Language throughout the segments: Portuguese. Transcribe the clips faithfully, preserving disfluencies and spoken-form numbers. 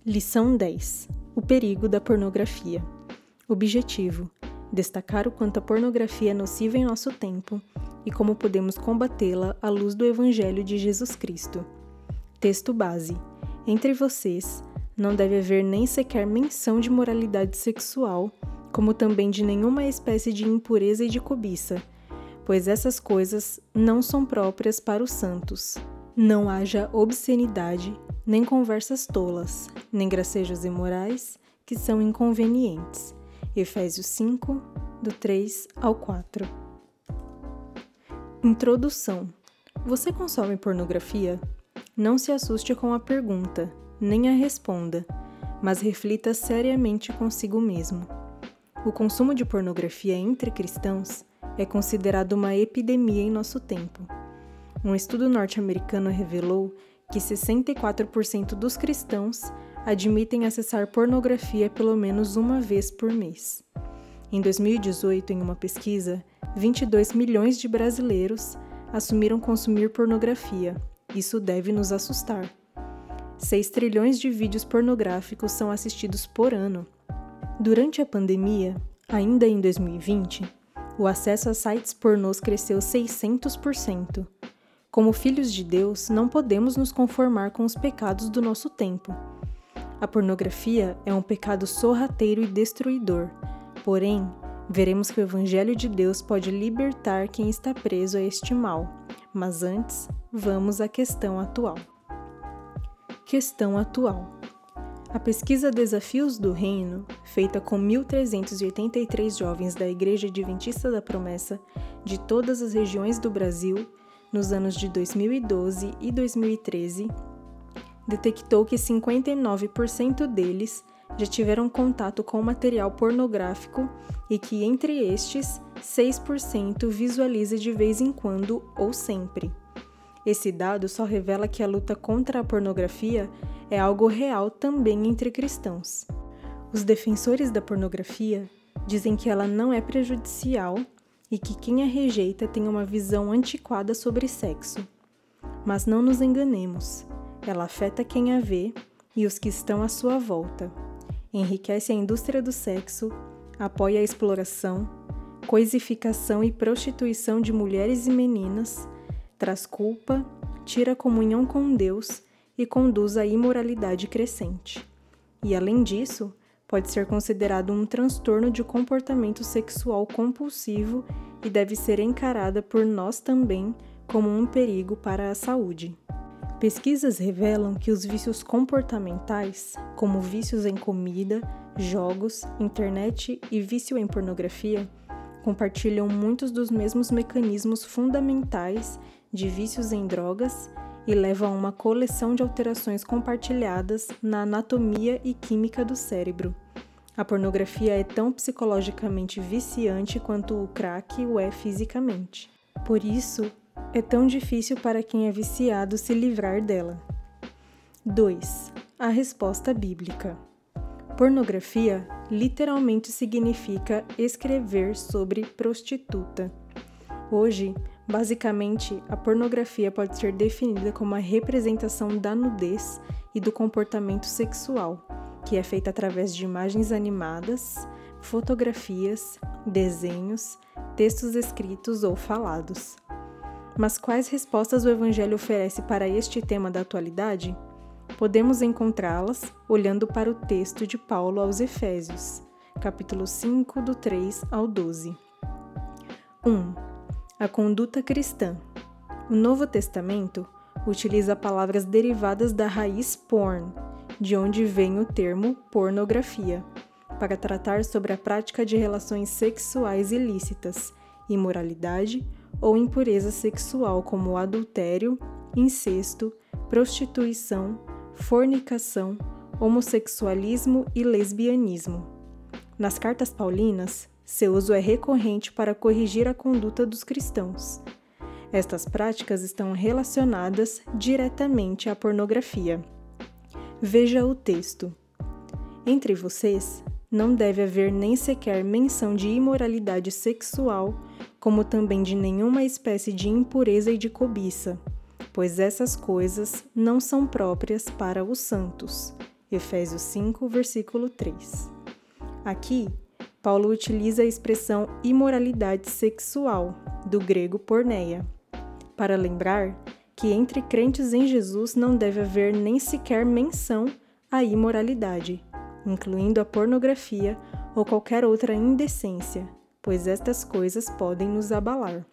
Lição dez. O perigo da pornografia. Objetivo: destacar o quanto a pornografia é nociva em nosso tempo e como podemos combatê-la à luz do Evangelho de Jesus Cristo. Texto base. Entre vocês, não deve haver nem sequer menção de moralidade sexual, como também de nenhuma espécie de impureza e de cobiça, pois essas coisas não são próprias para os santos. Não haja obscenidade, nem conversas tolas, nem gracejos imorais, que são inconvenientes. Efésios cinco, do três ao quatro. Introdução. Você consome pornografia? Não se assuste com a pergunta, nem a responda, mas reflita seriamente consigo mesmo. O consumo de pornografia entre cristãos é considerado uma epidemia em nosso tempo. Um estudo norte-americano revelou que sessenta e quatro por cento dos cristãos admitem acessar pornografia pelo menos uma vez por mês. Em dois mil e dezoito, em uma pesquisa, vinte e dois milhões de brasileiros assumiram consumir pornografia. Isso deve nos assustar. seis trilhões de vídeos pornográficos são assistidos por ano. Durante a pandemia, ainda em dois mil e vinte, o acesso a sites pornôs cresceu seiscentos por cento. Como filhos de Deus, não podemos nos conformar com os pecados do nosso tempo. A pornografia é um pecado sorrateiro e destruidor, porém, veremos que o Evangelho de Deus pode libertar quem está preso a este mal. Mas antes, vamos à questão atual. Questão atual. A pesquisa Desafios do Reino, feita com mil trezentos e oitenta e três jovens da Igreja Adventista da Promessa de todas as regiões do Brasil, nos anos de dois mil e doze e dois mil e treze, detectou que cinquenta e nove por cento deles já tiveram contato com material pornográfico e que, entre estes, seis por cento visualiza de vez em quando ou sempre. Esse dado só revela que a luta contra a pornografia é algo real também entre cristãos. Os defensores da pornografia dizem que ela não é prejudicial e que quem a rejeita tem uma visão antiquada sobre sexo. Mas não nos enganemos, ela afeta quem a vê e os que estão à sua volta. Enriquece a indústria do sexo, apoia a exploração, coisificação e prostituição de mulheres e meninas, traz culpa, tira a comunhão com Deus e conduz à imoralidade crescente. E, além disso, pode ser considerado um transtorno de comportamento sexual compulsivo e deve ser encarada por nós também como um perigo para a saúde. Pesquisas revelam que os vícios comportamentais, como vícios em comida, jogos, internet e vício em pornografia, compartilham muitos dos mesmos mecanismos fundamentais de vícios em drogas e levam a uma coleção de alterações compartilhadas na anatomia e química do cérebro. A pornografia é tão psicologicamente viciante quanto o crack o é fisicamente. Por isso, é tão difícil para quem é viciado se livrar dela. dois. A resposta bíblica. Pornografia literalmente significa escrever sobre prostituta. Hoje, basicamente, a pornografia pode ser definida como a representação da nudez e do comportamento sexual, que é feita através de imagens animadas, fotografias, desenhos, textos escritos ou falados. Mas quais respostas o Evangelho oferece para este tema da atualidade? Podemos encontrá-las olhando para o texto de Paulo aos Efésios, capítulo cinco, do três ao doze. um. A conduta cristã. O Novo Testamento utiliza palavras derivadas da raiz porn, de onde vem o termo pornografia, para tratar sobre a prática de relações sexuais ilícitas, imoralidade ou impureza sexual como adultério, incesto, prostituição, fornicação, homossexualismo e lesbianismo. Nas cartas paulinas, seu uso é recorrente para corrigir a conduta dos cristãos. Estas práticas estão relacionadas diretamente à pornografia. Veja o texto. Entre vocês, não deve haver nem sequer menção de imoralidade sexual, como também de nenhuma espécie de impureza e de cobiça, pois essas coisas não são próprias para os santos. Efésios cinco, versículo três. Aqui, Paulo utiliza a expressão imoralidade sexual, do grego porneia, para lembrar que entre crentes em Jesus não deve haver nem sequer menção à imoralidade, incluindo a pornografia ou qualquer outra indecência, pois estas coisas podem nos abalar.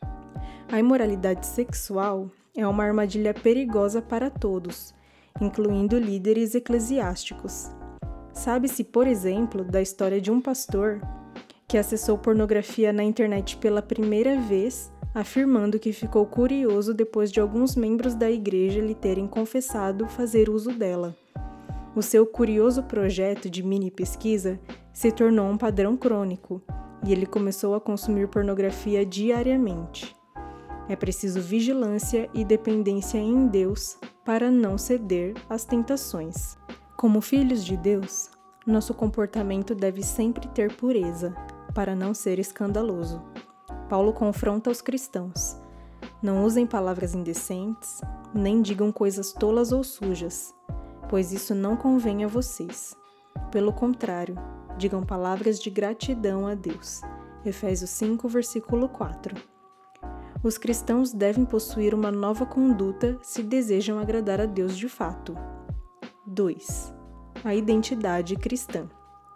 A imoralidade sexual é uma armadilha perigosa para todos, incluindo líderes eclesiásticos. Sabe-se, por exemplo, da história de um pastor que acessou pornografia na internet pela primeira vez, afirmando que ficou curioso depois de alguns membros da igreja lhe terem confessado fazer uso dela. O seu curioso projeto de mini-pesquisa se tornou um padrão crônico, e ele começou a consumir pornografia diariamente. É preciso vigilância e dependência em Deus para não ceder às tentações. Como filhos de Deus, nosso comportamento deve sempre ter pureza, para não ser escandaloso. Paulo confronta os cristãos. Não usem palavras indecentes, nem digam coisas tolas ou sujas, pois isso não convém a vocês. Pelo contrário, digam palavras de gratidão a Deus. Efésios cinco, versículo quatro. Os cristãos devem possuir uma nova conduta se desejam agradar a Deus de fato. dois. A identidade cristã.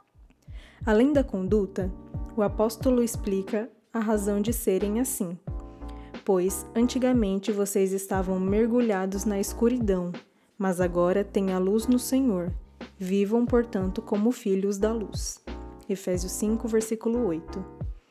Além da conduta, o apóstolo explica a razão de serem assim. Pois, antigamente vocês estavam mergulhados na escuridão, mas agora têm a luz no Senhor. Vivam, portanto, como filhos da luz. Efésios cinco, versículo oito.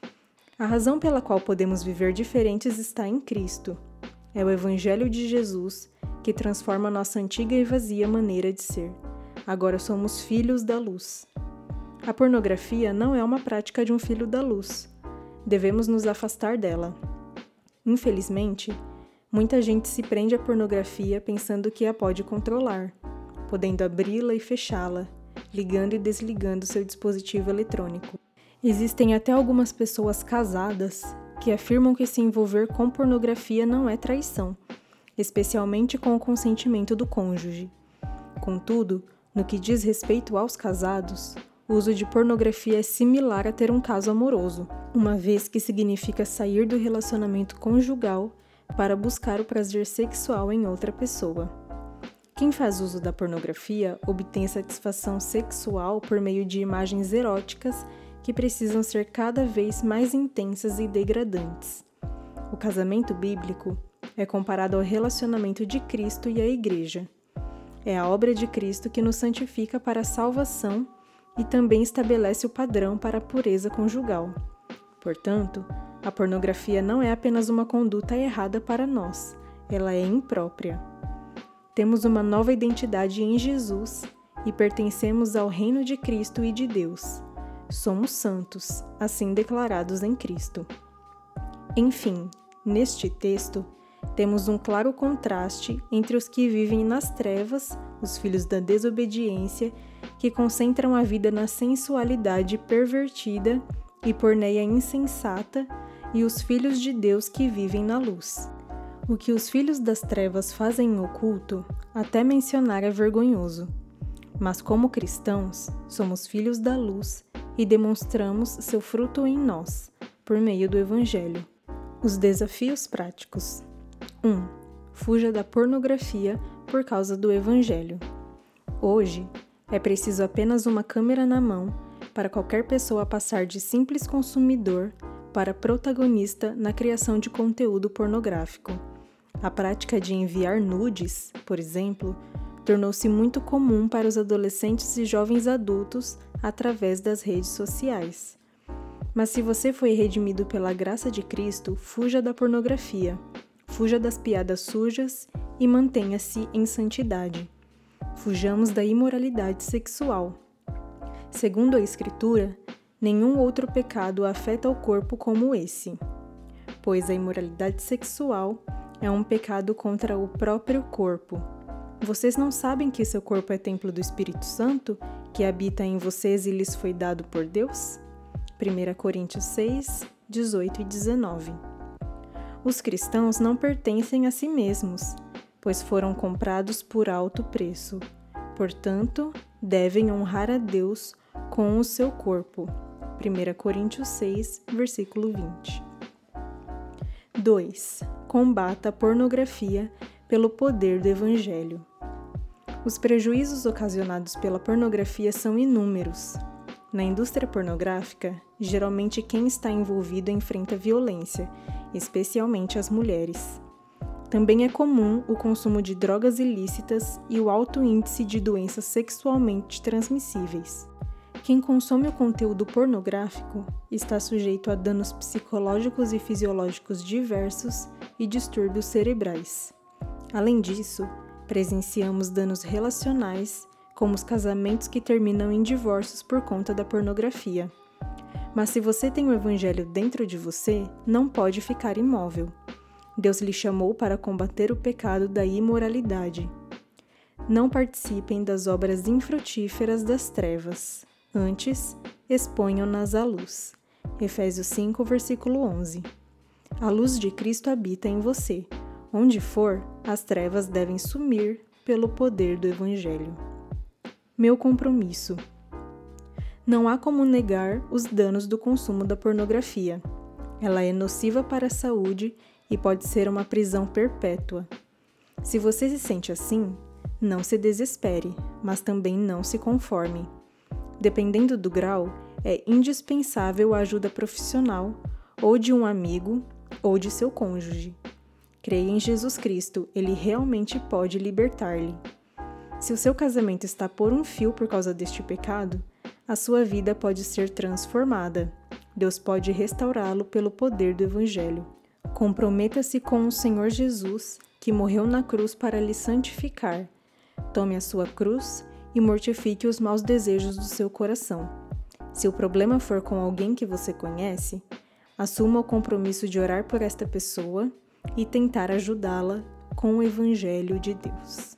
A razão pela qual podemos viver diferentes está em Cristo. É o Evangelho de Jesus que transforma nossa antiga e vazia maneira de ser. Agora somos filhos da luz. A pornografia não é uma prática de um filho da luz. Devemos nos afastar dela. Infelizmente, muita gente se prende à pornografia pensando que a pode controlar, podendo abri-la e fechá-la, ligando e desligando seu dispositivo eletrônico. Existem até algumas pessoas casadas que afirmam que se envolver com pornografia não é traição, especialmente com o consentimento do cônjuge. Contudo, no que diz respeito aos casados, o uso de pornografia é similar a ter um caso amoroso, uma vez que significa sair do relacionamento conjugal para buscar o prazer sexual em outra pessoa. Quem faz uso da pornografia obtém satisfação sexual por meio de imagens eróticas que precisam ser cada vez mais intensas e degradantes. O casamento bíblico é comparado ao relacionamento de Cristo e a Igreja. É a obra de Cristo que nos santifica para a salvação e também estabelece o padrão para a pureza conjugal. Portanto, a pornografia não é apenas uma conduta errada para nós, ela é imprópria. Temos uma nova identidade em Jesus e pertencemos ao reino de Cristo e de Deus. Somos santos, assim declarados em Cristo. Enfim, neste texto, temos um claro contraste entre os que vivem nas trevas, os filhos da desobediência, que concentram a vida na sensualidade pervertida e porneia insensata, e os filhos de Deus que vivem na luz. O que os filhos das trevas fazem em oculto, até mencionar é vergonhoso. Mas como cristãos, somos filhos da luz e demonstramos seu fruto em nós, por meio do Evangelho. Os desafios práticos. um. Fuja da pornografia por causa do Evangelho. Hoje, é preciso apenas uma câmera na mão para qualquer pessoa passar de simples consumidor para protagonista na criação de conteúdo pornográfico. A prática de enviar nudes, por exemplo, tornou-se muito comum para os adolescentes e jovens adultos através das redes sociais. Mas se você foi redimido pela graça de Cristo, fuja da pornografia, fuja das piadas sujas e mantenha-se em santidade. Fujamos da imoralidade sexual. Segundo a Escritura, nenhum outro pecado afeta o corpo como esse, pois a imoralidade sexual é um pecado contra o próprio corpo. Vocês não sabem que seu corpo é templo do Espírito Santo, que habita em vocês e lhes foi dado por Deus? primeira Coríntios seis, dezoito e dezenove. Os cristãos não pertencem a si mesmos, pois foram comprados por alto preço. Portanto, devem honrar a Deus com o seu corpo. primeira Coríntios seis, versículo vinte. dois. Combata a pornografia pelo poder do Evangelho. Os prejuízos ocasionados pela pornografia são inúmeros. Na indústria pornográfica, geralmente quem está envolvido enfrenta violência, especialmente as mulheres. Também é comum o consumo de drogas ilícitas e o alto índice de doenças sexualmente transmissíveis. Quem consome o conteúdo pornográfico está sujeito a danos psicológicos e fisiológicos diversos e distúrbios cerebrais. Além disso, presenciamos danos relacionais, como os casamentos que terminam em divórcios por conta da pornografia. Mas se você tem o Evangelho dentro de você, não pode ficar imóvel. Deus lhe chamou para combater o pecado da imoralidade. Não participem das obras infrutíferas das trevas. Antes, exponham-nas à luz. Efésios cinco, versículo onze. A luz de Cristo habita em você. Onde for, as trevas devem sumir pelo poder do Evangelho. Meu compromisso. Não há como negar os danos do consumo da pornografia. Ela é nociva para a saúde e pode ser uma prisão perpétua. Se você se sente assim, não se desespere, mas também não se conforme. Dependendo do grau, é indispensável a ajuda profissional, ou de um amigo, ou de seu cônjuge. Creia em Jesus Cristo, Ele realmente pode libertar-lhe. Se o seu casamento está por um fio por causa deste pecado, a sua vida pode ser transformada. Deus pode restaurá-lo pelo poder do Evangelho. Comprometa-se com o Senhor Jesus, que morreu na cruz para lhe santificar. Tome a sua cruz e mortifique os maus desejos do seu coração. Se o problema for com alguém que você conhece, assuma o compromisso de orar por esta pessoa e tentar ajudá-la com o Evangelho de Deus.